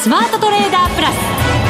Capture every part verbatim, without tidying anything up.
スマートトレーダープラス。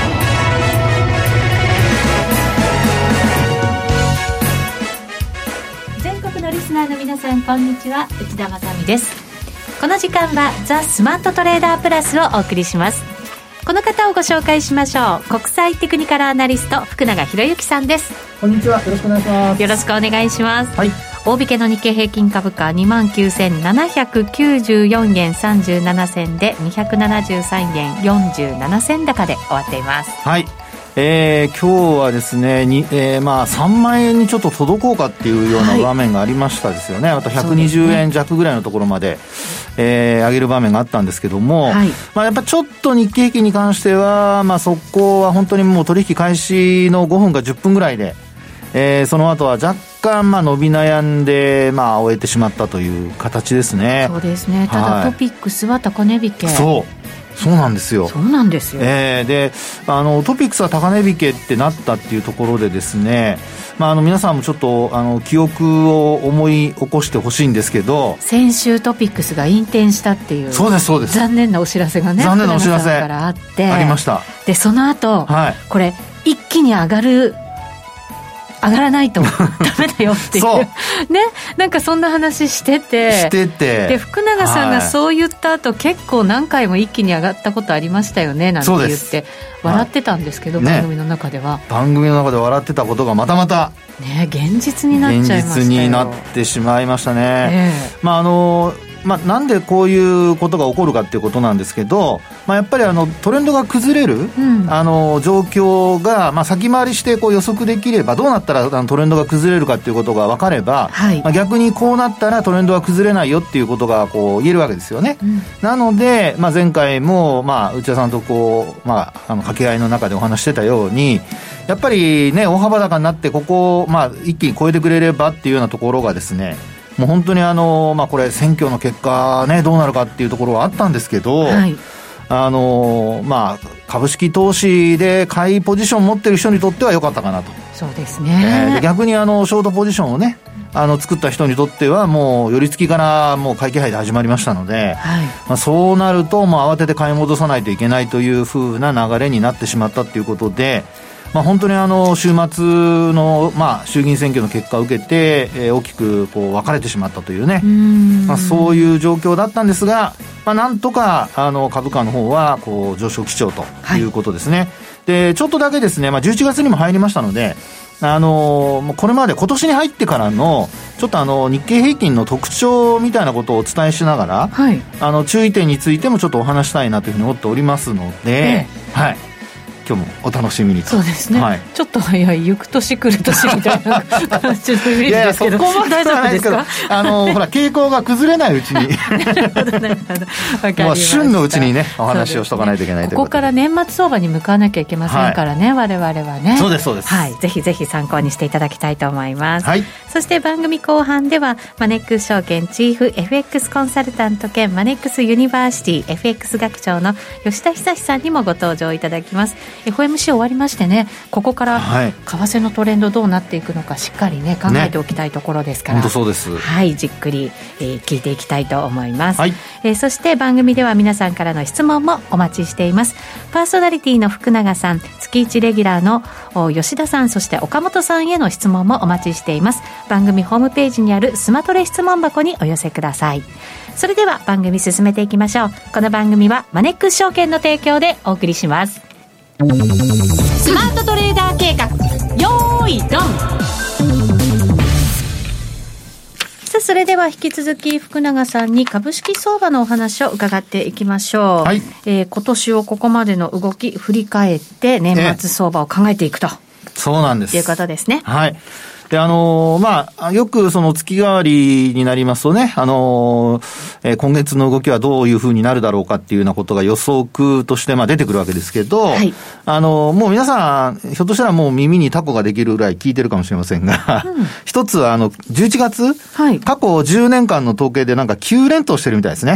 全国のリスナーの皆さん、こんにちは、内田まさみです。この時間はザ・スマートトレーダープラスをお送りします。この方をご紹介しましょう。国際テクニカルアナリスト、福永博之さんです。 こんにちは、よろしくお願いします。 よろしくお願いします。 はい、 大引けの日経平均株価 にまんきゅうせんななひゃくきゅうじゅうよんえんさんじゅうななせんでにひゃくななじゅうさんえんよんじゅうななせん高で終わっています。 はい、えー、今日はですねに、えーまあ、さんまんえんにちょっと届こうかっていうような場面がありましたですよね、はい、またひゃくにじゅうえん弱ぐらいのところまで、えー、上げる場面があったんですけども、はい、まあ、やっぱちょっと日経平均に関しては、まあ、そこは本当にもう取引開始のごふんかじゅっぷんぐらいで、えー、その後は若干まあ伸び悩んで、まあ、終えてしまったという形ですね。 そうですね。ただ、はい、トピックスは高値引け。 そうそうなんですよ。 そうなんですよ、 えー、であのトピックスは高値引けってなったっていうところでですね、まあ、あの皆さんもちょっとあの記憶を思い起こしてほしいんですけど、 先週トピックスが引転したっていう、 そうですそうです、 残念なお知らせがね、 残念なお知らせからあってありました。 でその後、はい、これ一気に上がる上がらないとダメだよっていうね、なんかそんな話しててしててで福永さんがそう言った後、はい、結構何回も一気に上がったことありましたよねなんて言って笑ってたんですけど、はい、番組の中では、ね、 番組の中で笑ってたことがまたまたね、現実になっちゃいましたよ。 現実になってしまいましたね、えーまああのまあ、なんでこういうことが起こるかっていうことなんですけど、まあ、やっぱりあのトレンドが崩れる、うん、あの状況が、まあ、先回りしてこう予測できれば、どうなったらあのトレンドが崩れるかっていうことが分かれば、はい、まあ、逆にこうなったらトレンドは崩れないよっていうことがこう言えるわけですよね、うん、なので、まあ、前回も、まあ、内田さんとこう、まあ、あの掛け合いの中でお話してたように、やっぱりね、大幅高になってここを、まあ、一気に超えてくれればっていうようなところがですね、もう本当にあの、まあ、これ選挙の結果、ね、どうなるかっていうところはあったんですけど、はい、あのまあ、株式投資で買いポジションを持ってる人にとっては良かったかなと。 そうですね、 えー、で逆にあのショートポジションをね、あの作った人にとってはもう寄り付きからもう買い気配で始まりましたので、はい、まあ、そうなるともう慌てて買い戻さないといけないという風な流れになってしまったということで、まあ、本当にあの週末の、まあ、衆議院選挙の結果を受けて、えー、大きくこう分かれてしまったというね、うーん、まあ、そういう状況だったんですが、まあ、なんとかあの株価の方はこう上昇基調ということですね、はい、でちょっとだけですね、まあ、じゅういちがつにも入りましたので、あのこれまで今年に入ってからのちょっとあの日経平均の特徴みたいなことをお伝えしながら、はい、あの注意点についてもちょっとお話したいなというふうに思っておりますので、ええ、はい、今日もお楽しみにと。 そうですね、はい、ちょっと早い行く年来る年みたいな感じのイメージですけど、いやいやそこまで大丈夫ですか？ あのほら傾向が崩れないうちになるほどなるほど、分かりました。旬のうちにねお話をしとかないといけないということで、 ここから年末相場に向かわなきゃいけませんからね、はい、我々はね。 そうですそうです、 はい、ぜひぜひ参考にしていただきたいと思います、はい、そして番組後半ではマネックス証券チーフ エフエックス コンサルタント兼マネックスユニバーシティ エフエックス 学長の吉田久さんにもご登場いただきます。 エフオーエムシー 終わりましてね、ここから為替のトレンドどうなっていくのかしっかりね考えておきたいところですから、ね、 本当そうです、 はい、じっくり、えー、聞いていきたいと思います、はい、えー、そして番組では皆さんからの質問もお待ちしています。パーソナリティの福永さん、月いちレギュラーの吉田さん、そして岡本さんへの質問もお待ちしています。番組ホームページにあるスマトレ質問箱にお寄せください。それでは番組進めていきましょう。この番組はマネックス証券の提供でお送りします。スマートトレーダー計画、よーいドン。さあそれでは引き続き福永さんに株式相場のお話を伺っていきましょう、はい、えー、今年をここまでの動き振り返って年末相場を考えていくと、ね、 そうなんです、 いうことですね。 はい。で、あのー、まあ、よくその月替わりになりますとね、あのーえー、今月の動きはどういう風になるだろうかっていうようなことが予測としてまあ出てくるわけですけど、はい、あのー、もう皆さん、ひょっとしたらもう耳にタコができるぐらい聞いてるかもしれませんが、うん、一つはあの、じゅういちがつ、はい、過去じゅうねんかんの統計でなんかきゅう連投してるみたいですね。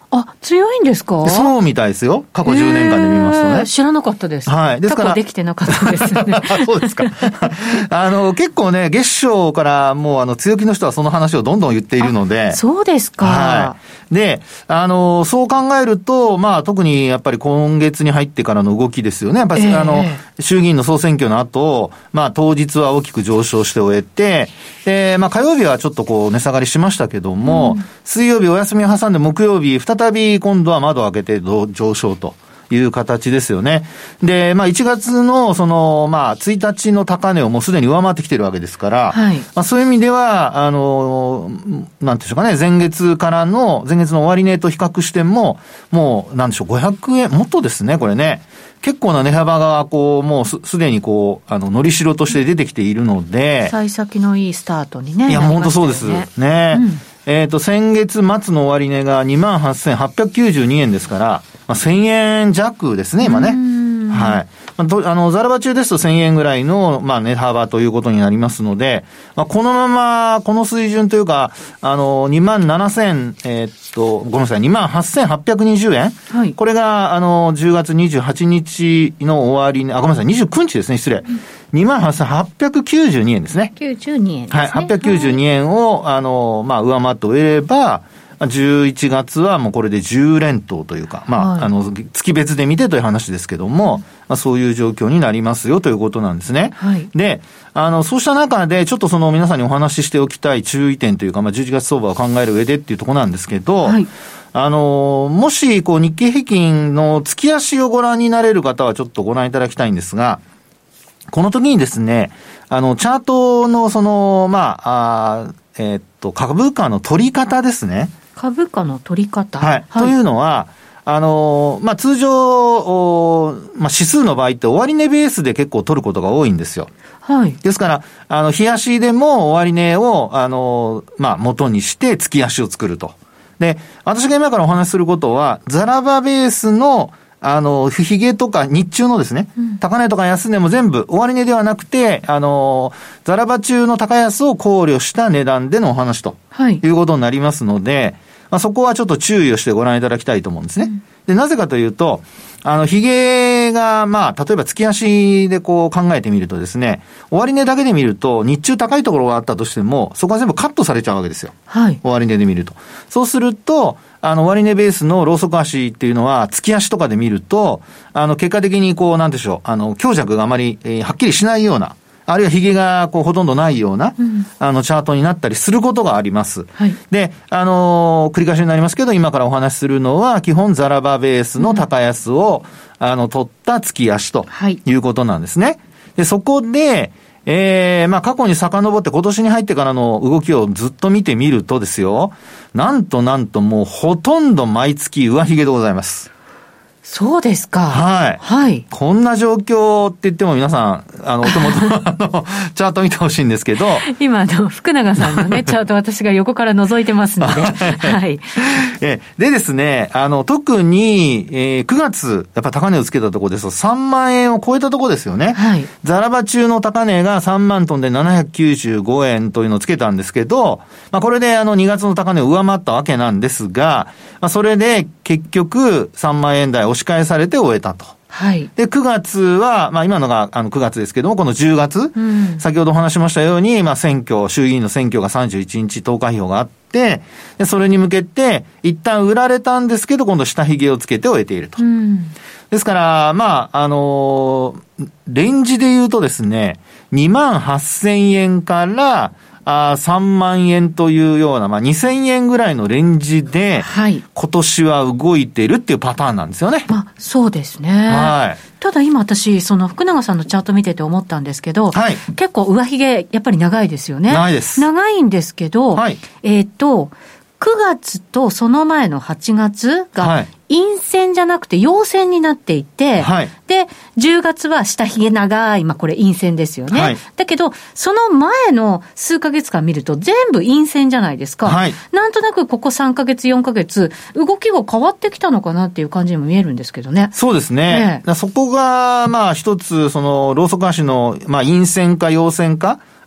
あ、強いんですか？ そうみたいですよ。過去じゅうねんかんで見ますとね。 知らなかったです。 はい。ですから。 過去できてなかったですね。 そうですか。あの、結構ね、月初からもうあの、強気の人はその話をどんどん言っているので。 そうですか。 はい。で、あの、そう考えると、まあ、特にやっぱり今月に入ってからの動きですよね。やっぱり、えー、あの、衆議院の総選挙の後、まあ、当日は大きく上昇して終えて、で、まあ、火曜日はちょっとこう、値下がりしましたけども、うん、水曜日お休みを挟んで木曜日、再び今度は窓を開けて上昇という形ですよね。で、まあいちがつのその、まあついたちの高値をもうすでに上回ってきてるわけですから、はい、まあそういう意味では、あの、なんていうんでしょうかね、前月からの、前月の終値と比較しても、もう、なんでしょう、ごひゃくえん、もっとですね、これね。結構な値幅が、こう、もうす、すでにこう、あの、のりしろとして出てきているので。 幸先のいいスタートにね。 いや、本当そうです。ね。うん、えっと、先月末の終値が にまんはっせんはっぴゃくきゅうじゅうにえんですから、まあ、せんえん弱ですね、今ね。はい。まあ、あの、ザラバ中ですとせんえんぐらいの、まあ、値幅ということになりますので、まあ、このまま、この水準というか、あの、にまんななせん、えー、っと、ごめんなさい、にまんはっせんはっぴゃくにじゅうえん、はい、これが、あの、じゅうがつにじゅうはちにちの終値、あ、ごめんなさい、にじゅうくにちですね、失礼。うん、にまんはっせんはっぴゃくきゅうじゅうにえんですね。 きゅうじゅうにえんですね。 はい、はっぴゃくきゅうじゅうにえんを、はい、あの、まあ、上回って終えれば、じゅういちがつはもうこれでじゅう連投というか、まあ、はい、あの、月別で見てという話ですけども、うん、まあ、そういう状況になりますよということなんですね。はい、で、あの、そうした中で、ちょっとその皆さんにお話ししておきたい注意点というか、まあ、じゅういちがつ相場を考える上でっていうところなんですけど、はい、あの、もし、こう、日経平均の月足をご覧になれる方はちょっとご覧いただきたいんですが、この時にですね、あの、チャートのその、まあ、あえー、っと、株価の取り方ですね。 株価の取り方、 はい、はい。というのは、あの、まあ、通常、まあ、指数の場合って終値ベースで結構取ることが多いんですよ。はい。ですから、あの、日足でも終値を、あの、まあ、元にして月足を作ると。で、私が今からお話しすることは、ザラバベースの、あの、ヒゲとか日中のですね、うん、高値とか安値も全部終値ではなくて、あの、ザラバ中の高安を考慮した値段でのお話と、はい、いうことになりますので、まあ、そこはちょっと注意をしてご覧いただきたいと思うんですね。うん、で、なぜかというと、あの、ヒゲが、まあ、例えば月足でこう考えてみるとですね、終値だけで見ると、日中高いところがあったとしても、そこは全部カットされちゃうわけですよ。はい。終値で見ると。そうすると、あの、終値ベースのローソク足っていうのは、月足とかで見ると、あの、結果的にこう、なんでしょう、あの、強弱があまり、えー、はっきりしないような、あるいはヒゲがこうほとんどないような、うん、あのチャートになったりすることがあります。はい、で、あのー、繰り返しになりますけど、今からお話しするのは、基本ザラバベースの高安を、うん、あの、取った月足ということなんですね。はい、で、そこで、ええー、まあ過去に遡って今年に入ってからの動きをずっと見てみるとですよ、なんとなんともうほとんど毎月上髭でございます。 そうですか。 はい。はい。こんな状況って言っても皆さん、あの、お手元のあの、チャート見てほしいんですけど。 今、あの、福永さんのね、チャート私が横から覗いてますので。はい。 え、でですね、あの、特に、えー、くがつ、やっぱ高値をつけたところですと、さんまんえんを超えたところですよね。はい。ザラバ中の高値がさんまんトンでななひゃくきゅうじゅうごえんというのをつけたんですけど、まあ、これであの、にがつの高値を上回ったわけなんですが、まあ、それで結局、さんまんえん台押し返されて終えたと。はい。で、くがつは、まあ今のがあのくがつですけども、このじゅうがつ、うん、先ほどお話しましたように、まあ選挙、衆議院の選挙がさんじゅういちにち投開票があって、で、それに向けて、一旦売られたんですけど、今度下髭をつけて終えていると。うん、ですから、まあ、あのー、レンジで言うとですね、にまんはっせんえんから、あさんまんえんというような、まあ、にせんえんぐらいのレンジで、はい、今年は動いているっていうパターンなんですよね。 まあ、そうですね。はい。ただ今私、その福永さんのチャート見てて思ったんですけど、はい、結構上髭、やっぱり長いですよね。 長いです。 長いんですけど、はい、えっと、くがつとその前のはちがつが陰線じゃなくて陽線になっていて、はい、で、じゅうがつは下髭長い、まあこれ陰線ですよね。はい、だけど、その前の数ヶ月間見ると全部陰線じゃないですか。はい、なんとなくここさんかげつ、よんかげつ、動きが変わってきたのかなっていう感じにも見えるんですけどね。 そうですね。ね、そこが、まあ一つ、その、ローソク足の、まあ陰線か陽線か、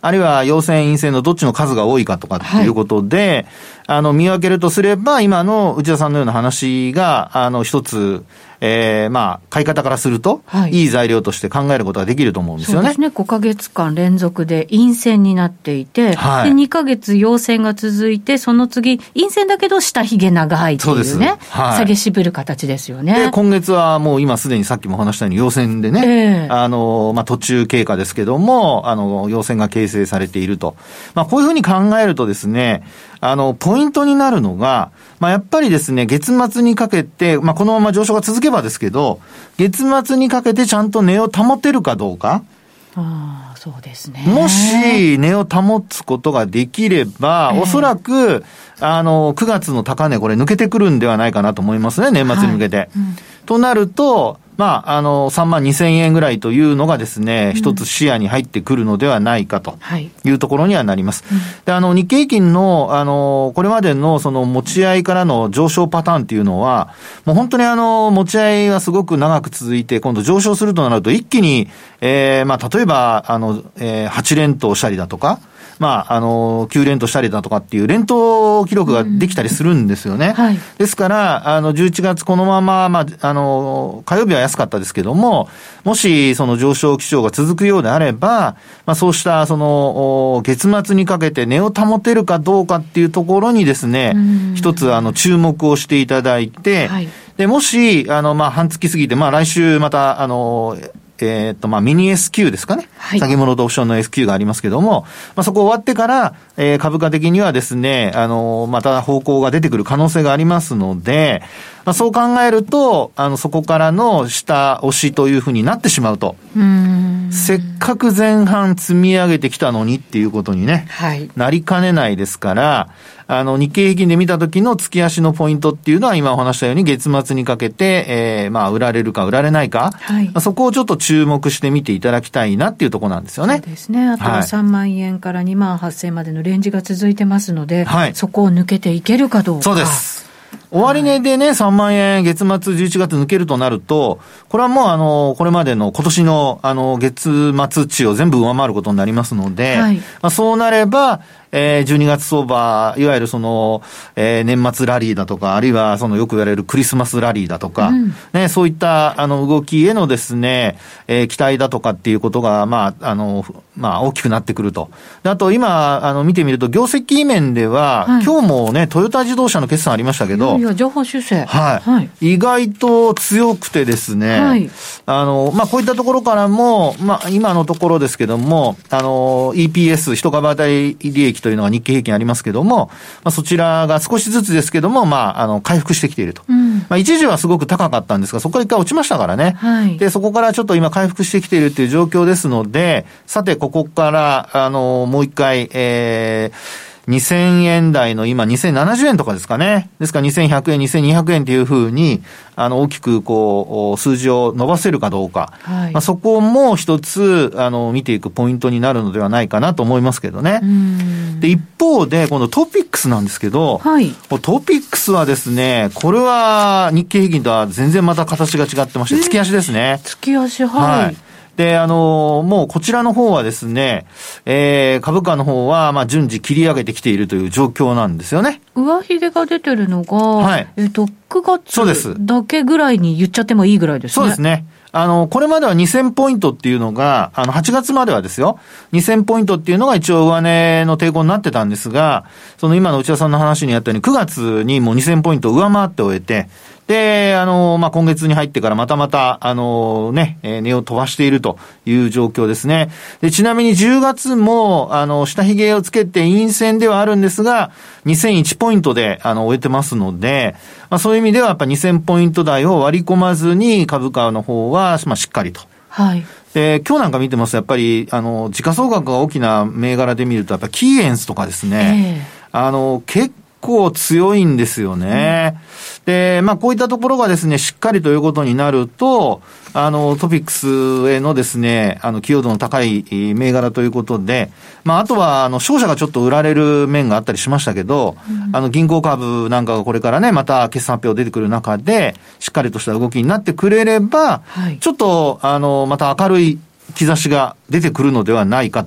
あるいは陽線陰線のどっちの数が多いかとかっていうことで、はい、あの見分けるとすれば今の内田さんのような話があの一つ、えー、まあ買い方からすると、はい、いい材料として考えることができると思うんですよね。 そうですね。ごかげつかん連続で陰線になっていて、はい、でにかげつ陽線が続いて、その次陰線だけど下髭長いっていうね、はい、下げ渋る形ですよね。 で今月はもう今すでにさっきも話したように陽線でね、えー、あのまあ途中経過ですけども、あの陽線が形成されていると、まあこういうふうに考えるとですね、あのポイントになるのが、まあやっぱりですね、月末にかけて、まあこのまま上昇が続けばですけど、月末にかけてちゃんと値を保てるかどうか。 ああ、そうですね。 もし値を保つことができれば、えー、おそらくあのくがつの高値これ抜けてくるんではないかなと思いますね、年末に向けて。はい、うん、となると、まあ、あの、さんまんにせんえんぐらいというのがですね、一つ視野に入ってくるのではないかというところにはなります。はい、で、あの、日経平均の、あの、これまでのその持ち合いからの上昇パターンっていうのは、もう本当にあの、持ち合いがすごく長く続いて、今度上昇するとなると一気に、えー、まあ、例えば、あの、えー、はち連投したりだとか、まあ、あの、きゅう連投したりだとかっていう連投記録ができたりするんですよね。うん、はい、ですから、あの、じゅういちがつこのまま、まあ、あの、火曜日は安かったですけども、もしその上昇基調が続くようであれば、まあ、そうしたその、月末にかけて値を保てるかどうかっていうところにですね、一つあの、注目をしていただいて、はい、で、もし、あの、まあ、半月過ぎて、まあ、来週また、あの、えー、っと、まあ、ミニ エスキュー ですかね。はい、先物とオプションの エスキュー がありますけども、まあ、そこ終わってから、えー、株価的にはですね、あの、また方向が出てくる可能性がありますので、まあ、そう考えると、あの、そこからの下押しというふうになってしまうと。うーん、せっかく前半積み上げてきたのにっていうことにね、はい、なりかねないですから、あの、日経平均で見た時の月足のポイントっていうのは今お話したように月末にかけて、えー、まあ、売られるか売られないか、はい、まあ、そこをちょっと注目して見ていただきたいなっていうところなんですよね。 そうですね。あとはさんまんえんからにまんはっせんえんまでのレンジが続いてますので、はい、そこを抜けていけるかどうか。 そうです。終値でね、さんまんえん月末じゅういちがつ抜けるとなると、これはもうあの、これまでの今年のあの、月末値を全部上回ることになりますので、はい、まあ、そうなれば、えー、じゅうにがつ相場、いわゆるその、えー、年末ラリーだとか、あるいはそのよく言われるクリスマスラリーだとか、うん、ね、そういったあの動きへのですね、えー、期待だとかっていうことが、まあ、あの、まあ、大きくなってくると。で、あと今、あの、見てみると、業績面では、はい、今日もね、トヨタ自動車の決算ありましたけど、 いや、情報修正。 はい。はい、意外と強くてですね、はい、あの、まあ、こういったところからも、まあ、今のところですけども、あの、イーピーエス、一株当たり利益というのが日経平均ありますけども、まあ、そちらが少しずつですけども、まあ、あの、回復してきていると。うん、まあ、一時はすごく高かったんですが、そこから一回落ちましたからね。はい、で、そこからちょっと今回復してきているという状況ですので、さて、ここから、あの、もう一回、えー、にせんえん台の今にせんななじゅうえんとかですかね。ですからにせんひゃくえん、にせんにひゃくえんっていう風に、あの、大きくこう、数字を伸ばせるかどうか。はい、まあ、そこも一つ、あの、見ていくポイントになるのではないかなと思いますけどね。で、一方で、このトピックスなんですけど、はい、トピックスはですね、これは日経平均とは全然また形が違ってまして、月足ですね。 月足、はい。はい、 で、あの、もうこちらの方はですね、えー、株価の方は、まあ、順次切り上げてきているという状況なんですよね。 上髭が出てるのが、はい、えっと、くがつだけぐらいに言っちゃってもいいぐらいですね。 そうですね。あの、これまではにせんポイントっていうのが、あの、はちがつまではですよ、にせんポイントっていうのが一応上値の抵抗になってたんですが、その今の内田さんの話にあったように、くがつにもうにせんポイント上回って終えて、で、あの、まあ、今月に入ってからまたまた、あのね、えー、値を飛ばしているという状況ですね。で、ちなみにじゅうがつも、あの、下髭をつけて陰線ではあるんですが、にせんいちポイントで、あの、終えてますので、まあ、そういう意味ではやっぱにせんポイント台を割り込まずに株価の方は、まあ、しっかりと。はい。で、今日なんか見てますと、やっぱり、あの、時価総額が大きな銘柄で見ると、やっぱキーエンスとかですね、えー、あの、結構、結構強いんですよね。うん、で、まあこういったところがですね、しっかりということになると、あの、トピックスへのですね、あの、寄与度の高い銘柄ということで、まああとは、あの、商社がちょっと売られる面があったりしましたけど、うん、あの、銀行株なんかがこれからね、また決算発表出てくる中で、しっかりとした動きになってくれれば、はい、ちょっと、あの、また明るい兆しが出てくるのではないかと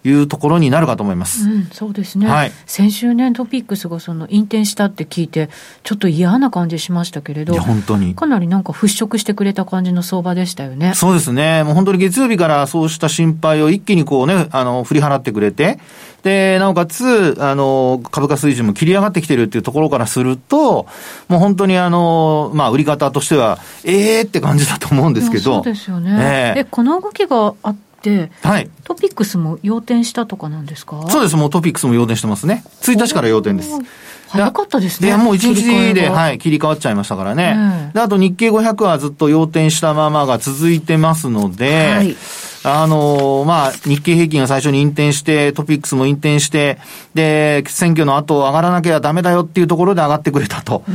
いうところになるかと思います。 うん、そうですね、 はい、 先週ねトピックスがその引転したって聞いてちょっと嫌な感じしましたけれど、 いや本当にかなりなんか払拭してくれた感じの相場でしたよね。 そうですね、もう本当に月曜日からそうした心配を一気にこうねあの振り払ってくれて、でなおかつあの株価水準も切り上がってきてるっていうところからすると、もう本当にあのまあ売り方としてはえーって感じだと思うんですけど。 そうですよね、えー、この動きがあってはい、 トピックスも要点したとかなんですか？ そうです、もうトピックスも要点してますね。ついたちから要点です。 早かったですね。 いやもういちにちで、はい、切り替わっちゃいましたからね、うん、であと日経ごひゃくはずっと要点したままが続いてますので、はい、あのー、まあ日経平均が最初に引転してトピックスも引転してで選挙の後上がらなきゃダメだよっていうところで上がってくれたと、うん、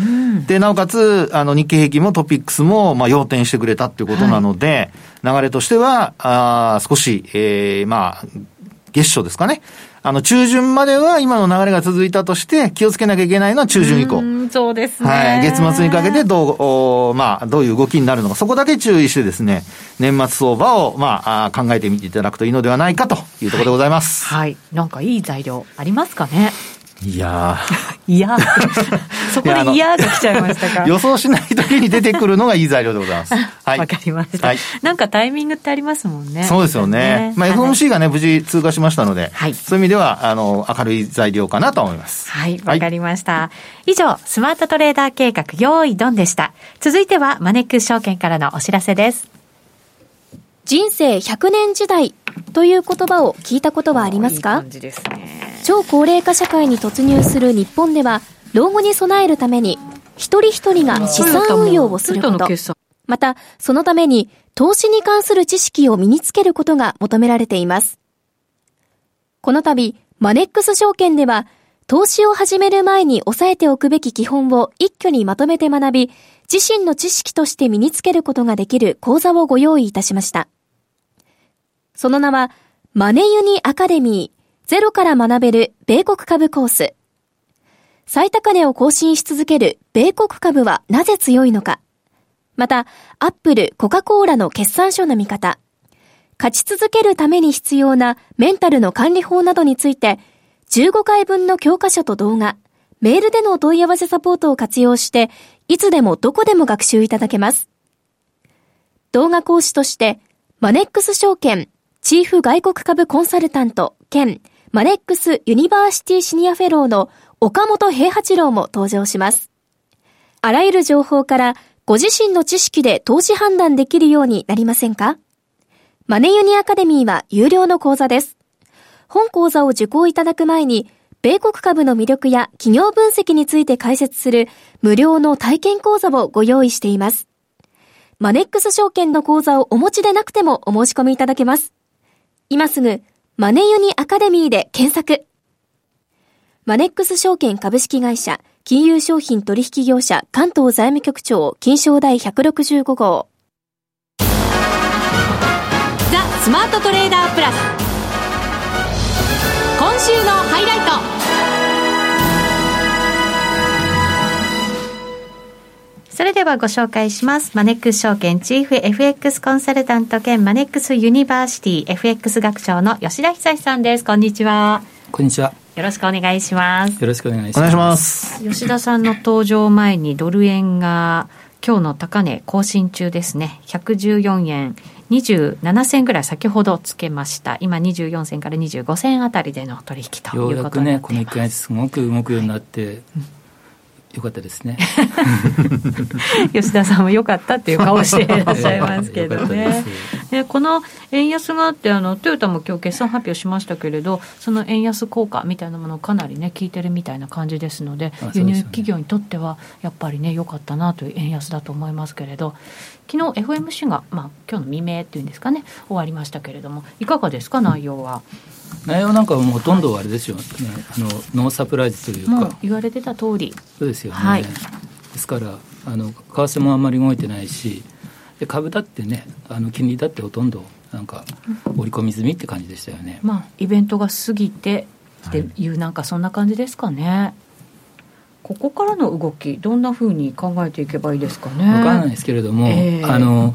でなおかつあの日経平均もトピックスもまあ要点してくれたっていうことなので、はい、流れとしてはあ少し、えー、まあ月初ですかね、あの中旬までは今の流れが続いたとして気をつけなきゃいけないのは中旬以降。 うんそうですね。 はい。月末にかけてどう、まあ、どういう動きになるのか、そこだけ注意してですね、年末相場を、まあ、考えてみていただくといいのではないかというところでございます。 はい。はい、なんかいい材料ありますかね。 いやー。いやそこでいやーが来ちゃいましたか。 予想しない時に出てくるのがいい材料でございます。はい。 わかりました、はい。なんかタイミングってありますもんね。 そうですよね。ねまあ、エフオーエムシー がね、無事通過しましたので、はい、そういう意味では、あの、明るい材料かなと思います。 はい。わかりました。はい、以上、スマートトレーダー計画、用意ドンでした。続いては、マネックス証券からのお知らせです。 人生ひゃくねん時代という言葉を聞いたことはありますか？いい感じですね。超高齢化社会に突入する日本では、老後に備えるために一人一人が資産運用をすること、またそのために投資に関する知識を身につけることが求められています。この度マネックス証券では投資を始める前に押さえておくべき基本を一挙にまとめて学び、自身の知識として身につけることができる講座をご用意いたしました。その名はマネユニアカデミーゼロから学べる米国株コース。最高値を更新し続ける米国株はなぜ強いのか。また、アップル、コカ・コーラの決算書の見方。勝ち続けるために必要なメンタルの管理法などについて、じゅうごかいぶんの教科書と動画、メールでのお問い合わせサポートを活用して、いつでもどこでも学習いただけます。動画講師として、マネックス証券、チーフ外国株コンサルタント兼マネックスユニバーシティシニアフェローの岡本平八郎も登場します。あらゆる情報からご自身の知識で投資判断できるようになりませんか？マネユニアカデミーは有料の講座です。本講座を受講いただく前に、米国株の魅力や企業分析について解説する無料の体験講座をご用意しています。マネックス証券の講座をお持ちでなくてもお申し込みいただけます。今すぐマネユニアカデミーで検索。マネックス証券株式会社金融商品取引業者関東財務局長金賞第ひゃくろくじゅうご号。 ザ・スマートトレーダープラス。今週のハイライト。それではご紹介します。マネックス証券チーフ エフエックス コンサルタント兼マネックスユニバーシティ エフエックス 学長の吉田久さんです。こんにちは。 こんにちは。 よろしくお願いします。 よろしくお願いします。 お願いします。 吉田さんの登場前にドル円が今日の高値更新中ですね。ひゃくじゅうよんえんにじゅうなな銭ぐらい先ほどつけました。今にじゅうよん銭からにじゅうご銭あたりでの取引ということになっています。ようやくね、 このいっかげつすごく動くようになって、うんよかったですね。 吉田さんも良かったっていう顔していらっしゃいますけどね。でこの円安があってあのトヨタも今日決算発表しましたけれど、その円安効果みたいなものをかなりね効いてるみたいな感じですので、輸入企業にとってはやっぱりね良かったなという円安だと思いますけれど、昨日 エフオーエムシー が、まあ、今日の未明っていうんですかね終わりましたけれども、いかがですか内容は。 内容なんかもうほとんどあれですよ、ね、あのノーサプライズというかもう言われてた通りそうですよね、 はい、 ですからあの為替もあんまり動いてないし、で株だってねあの金利だってほとんどなんか織り込み済みって感じでしたよね、 まあ、イベントが過ぎてっていう、はい、なんかそんな感じですかね。ここからの動きどんなふうに考えていけばいいですかね。 分からないですけれども、えー、あの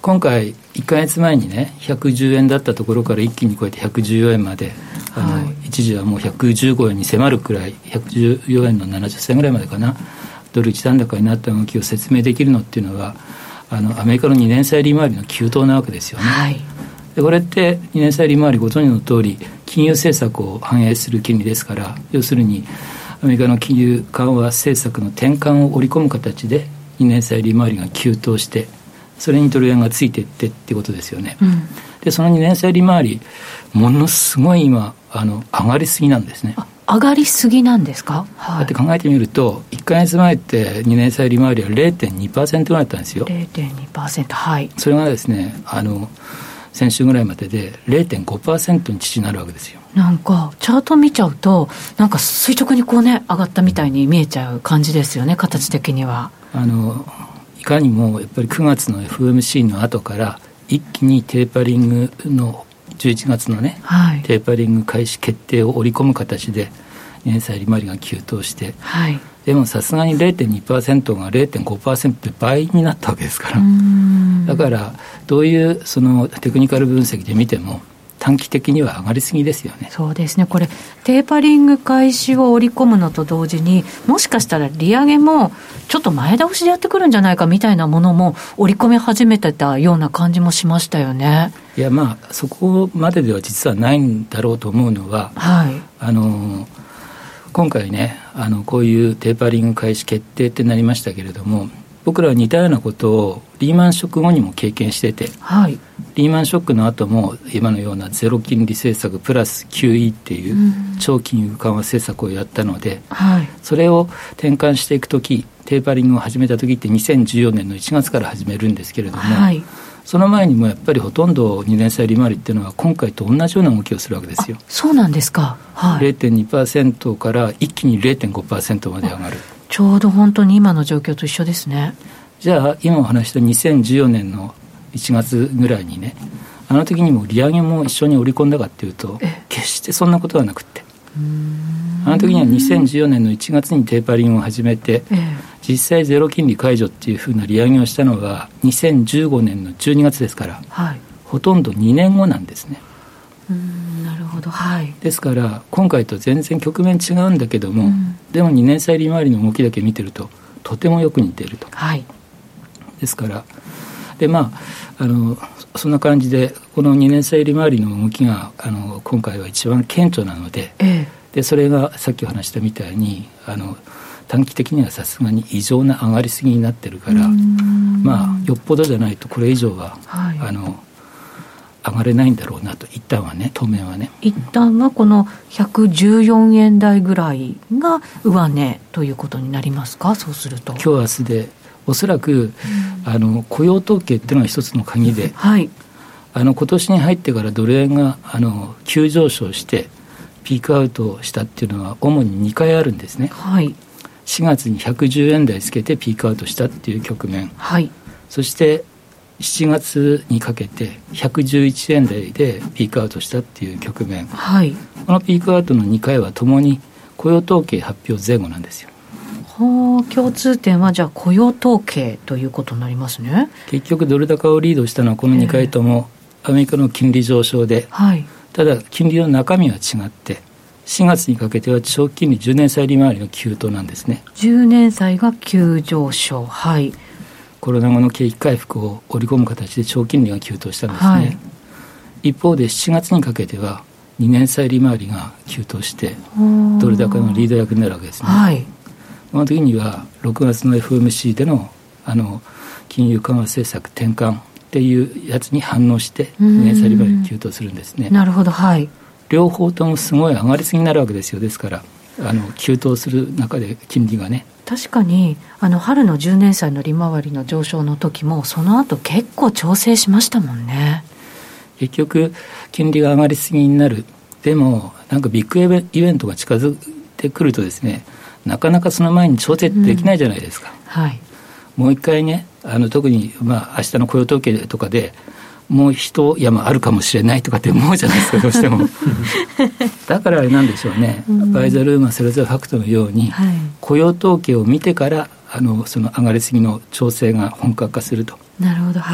今回いっかげつまえにねひゃくじゅうえんだったところから一気に超えてひゃくじゅうよえんまで、あの、はい、一時はもうひゃくじゅうごえんに迫るくらいひゃくじゅうよえんのななじゅっせんぐらいまでかな、ドル一段高になった動きを説明できるのっていうのは、あのアメリカのにねん債利回りの急騰なわけですよね、はい、でこれってにねん債利回りご存知の通り金融政策を反映する金利ですから、要するにアメリカの金融緩和政策の転換を織り込む形でにねん債利回りが急騰して、それにドル円がついていってってことですよね、うん、でそのにねん債利回りものすごい今あの上がりすぎなんですね。 上がりすぎなんですか、はい、 だって考えてみるといっかげつまえってにねん債利回りは れいてんにパーセント ぐらいだったんですよ。 れいてんにパーセント、はい。 それがですね、あの先週ぐらいまでで れいてんごパーセント に父なるわけですよ。 なんかチャート見ちゃうとなんか垂直にこうね上がったみたいに見えちゃう感じですよね、形的には。 あのいかにもやっぱりくがつの エフオーエムシー の後から一気にテーパリングのじゅういちがつのね、はい、テーパリング開始決定を織り込む形でにねん債利回りが急騰して、はい、でもさすがに れいてんにパーセント が れいてんごパーセント で倍になったわけですから、だからどういうそのテクニカル分析で見ても短期的には上がりすぎですよね。 そうですね、これテーパリング開始を織り込むのと同時にもしかしたら利上げもちょっと前倒しでやってくるんじゃないかみたいなものも織り込み始めてたような感じもしましたよね。 いやまあそこまででは実はないんだろうと思うのは、はい、あの今回ねあのこういうテーパリング開始決定ってなりましたけれども、僕らは似たようなことをリーマンショック後にも経験してて、はい、リーマンショックの後も今のようなゼロ金利政策プラス キューイー っていう超金融緩和政策をやったので、はい、それを転換していくとき、テーパリングを始めたときってにせんじゅうよねんのいちがつから始めるんですけれども、はい、その前にもやっぱりほとんどにねん債利回りっていうのは今回と同じような動きをするわけですよ。 そうなんですか、はい、 れいてんにパーセント から一気に れいてんごパーセント まで上がる。 ちょうど本当に今の状況と一緒ですね。 じゃあ今お話したにせんじゅうよねんのいちがつぐらいにね、あの時にも利上げも一緒に織り込んだかっていうと決してそんなことはなくって、あの時にはにせんじゅうよねんのいちがつにテーパリングを始めて、実際ゼロ金利解除っていうふうな利上げをしたのはにせんじゅうごねんのじゅうにがつですから、はい、ほとんどにねんごなんですね。 うーん、なるほど、はい、 ですから今回と全然局面違うんだけども、うん、でもにねん債利回りの動きだけ見てるととてもよく似ていると、はい、ですからで、まあ、あのそんな感じでこのにねん債利回りの動きがあの今回は一番顕著なので、ええ、でそれがさっきお話したみたいにあの短期的にはさすがに異常な上がりすぎになってるから、まあ、よっぽどじゃないとこれ以上は、はい、あの上がれないんだろうなと、一旦はね、当面はね、 一旦はこのひゃくじゅうよんえん台ぐらいが上値ということになりますか。そうすると今日明日でおそらくあの雇用統計っていうのが一つの鍵で、はい、あの今年に入ってからドル円があの急上昇してピークアウトしたっていうのは主ににかいあるんですね、はい、しがつにひゃくじゅうえん台つけてピークアウトしたっていう局面、はい、そしてしちがつにかけてひゃくじゅういちえん台でピークアウトしたっていう局面、はい、このピークアウトのにかいはともに雇用統計発表前後なんですよ。 はあ、共通点はじゃあ雇用統計ということになりますね。 結局ドル高をリードしたのはこのにかいともアメリカの金利上昇で、はい、ただ金利の中身は違ってしがつにかけては長期金利じゅうねん債利回りの急騰なんですね。 じゅうねん債が急上昇、はい、 コロナ後の景気回復を織り込む形で長金利が急騰したんですね、はい、一方でしちがつにかけてはにねん債利回りが急騰してドル高のリード役になるわけですね、はい、この時にはろくがつの エフオーエムシー で の, あの金融緩和政策転換っていうやつに反応してにねん債利回りが急騰するんですね。 なるほど、はい、 両方ともすごい上がりすぎになるわけですよ。ですからあの急騰する中で金利がね、 確かにあの春のじゅうねん債の利回りの上昇の時もその後結構調整しましたもんね。 結局金利が上がりすぎになる。でもなんかビッグイベントが近づいてくるとですね、なかなかその前に調整できないじゃないですか、うん、はい、もう一回ね、あの特に、まあ、明日の雇用統計とかでもう一山あるかもしれないとかって思うじゃないですかどうしてもだからあれなんでしょうね、うん、バイザルーマンセルザーファクトのように、はい、雇用統計を見てからあのその上がりすぎの調整が本格化すると。 なるほど、はい、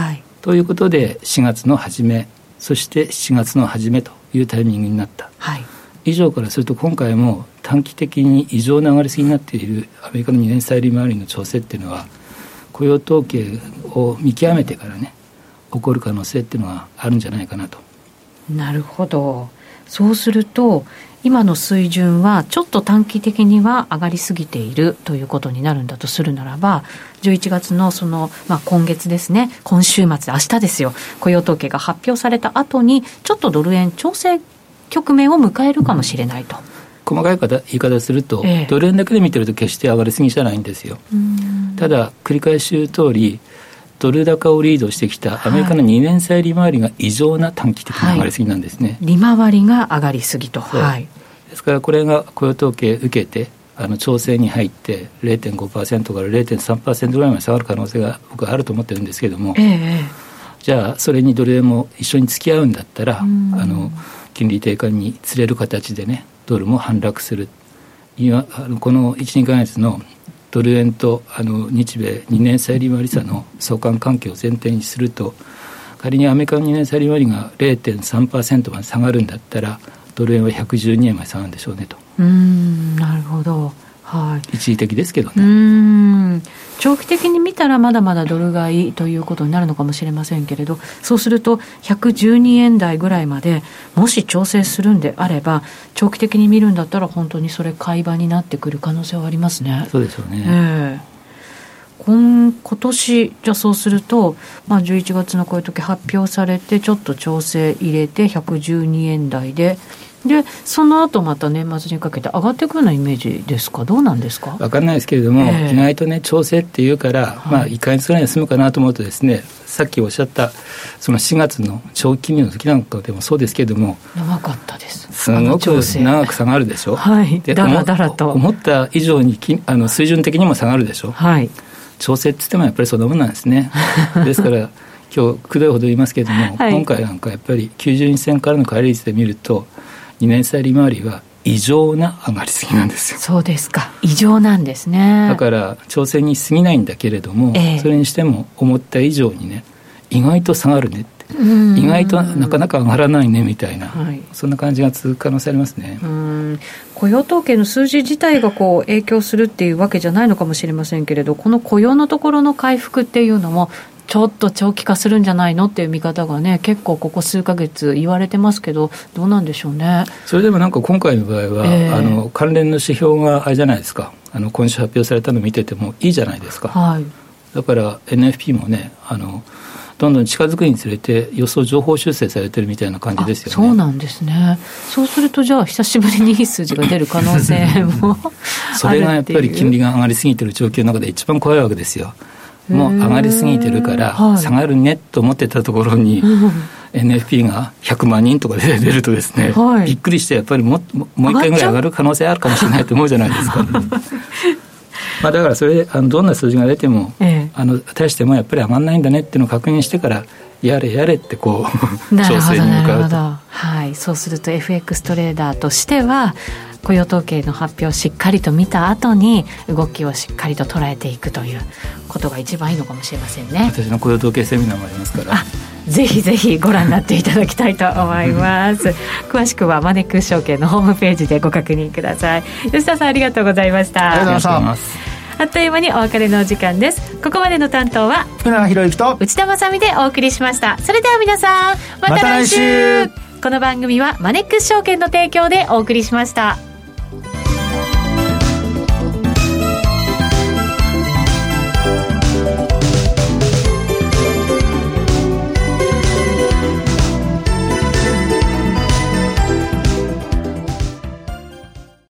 ということでしがつの初め、そしてしちがつの初めというタイミングになった、はい、以上からすると今回も短期的に異常な上がりすぎになっているアメリカのにねん債利回りの調整っていうのは雇用統計を見極めてからね起こる可能性っていうのはあるんじゃないかなと。 なるほど。そうすると今の水準はちょっと短期的には上がりすぎているということになるんだとするならば、じゅういちがつのその、まあ、今月ですね、今週末、明日ですよ、雇用統計が発表された後にちょっとドル円調整局面を迎えるかもしれないと。 細かい言い方すると、ええ、ドル円だけで見てると決して上がりすぎじゃないんですよ。ただ繰り返し言う通りドル高をリードしてきたアメリカのにねん債利回りが異常な短期的な上がりすぎなんですね、 はい、利回りが上がりすぎと、はい、 ですからこれが雇用統計受けてあの調整に入って ゼロテンごパーセント から ゼロテンさんパーセント ぐらいまで下がる可能性が僕はあると思ってるんですけども、ええ、じゃあそれにドル円も一緒に付き合うんだったらあの金利低下につれる形でねドルも反落する。今あのこの いちにかげつのドル円とあの日米にねん債利回り差の相関関係を前提にすると、仮にアメリカのにねん債利回りが ゼロテンさんパーセント まで下がるんだったらドル円はひゃくじゅうにえんまで下がるんでしょうねと。 うーん、なるほど、はい、 一時的ですけどね。 うーん、長期的に見たらまだまだドル買いということになるのかもしれませんけれど、そうするとひゃくじゅうにえん台ぐらいまでもし調整するんであれば長期的に見るんだったら本当にそれ買い場になってくる可能性はありますね。 そうでしょうね、 えー今, 今年じゃあそうすると、まあ、じゅういちがつのこういう時発表されてちょっと調整入れてひゃくじゅうにえん台ででその後また年末にかけて上がっていくようなイメージですか？どうなんですか？ 分かんないですけれども、えー、意外とね調整っていうから、はい、まあ、いっかげつぐらいで済むかなと思うとですね、さっきおっしゃったそのしがつの長期金利の時なんかでもそうですけれども長かったです。 すごく長く下がるでしょ、 はい、 でだらだらと思った以上にあの水準的にも下がるでしょ、はい、調整って言ってもやっぱりそんなもんなんですねですから今日くどいほど言いますけれども、はい、今回なんかやっぱりきゅうじゅうに銭からの乖離率で見るとにねん債利回りは異常な上がりすぎなんですよ。 そうですか、異常なんですね。 だから調整に過ぎないんだけれども、えー、それにしても思った以上にね意外と下がるねって、意外となかなか上がらないねみたいな、はい、そんな感じが続く可能性ありますね。 うん、雇用統計の数字自体がこう影響するっていうわけじゃないのかもしれませんけれど、この雇用のところの回復っていうのもちょっと長期化するんじゃないのっていう見方がね結構ここ数ヶ月言われてますけど、どうなんでしょうね。 それでもなんか今回の場合は、えー、あの関連の指標があれじゃないですか、あの今週発表されたのを見ててもいいじゃないですか、はい、だから エヌエフピー もねあのどんどん近づくにつれて予想情報修正されてるみたいな感じですよね。 そうなんですね。そうするとじゃあ久しぶりにいい数字が出る可能性もそれがやっぱり金利が上がりすぎてる状況の中で一番怖いわけですよ。もう上がりすぎてるから下がるねと思ってたところに、はい、エヌエフピー がひゃくまんにんとかで出るとですね、はい、びっくりしてやっぱりももう一回ぐらい上がる可能性あるかもしれないと思うじゃないですかまあだからそれであのどんな数字が出ても、ええ、あの大してもやっぱり上がらないんだねっていうのを確認してからやれやれってこう調整に向かうと、 はい、そうすると エフエックス トレーダーとしては雇用統計の発表をしっかりと見た後に動きをしっかりと捉えていくということが一番いいのかもしれませんね。 私の雇用統計セミナーもありますから、 あ、ぜひぜひご覧になっていただきたいと思います詳しくはマネックス証券のホームページでご確認ください。吉田さんありがとうございました。 ありがとうございます。 あっという間にお別れのお時間です。ここまでの担当は福永博之と内田まさみでお送りしました。それでは皆さんまた来週、また来週。この番組はマネックス証券の提供でお送りしました。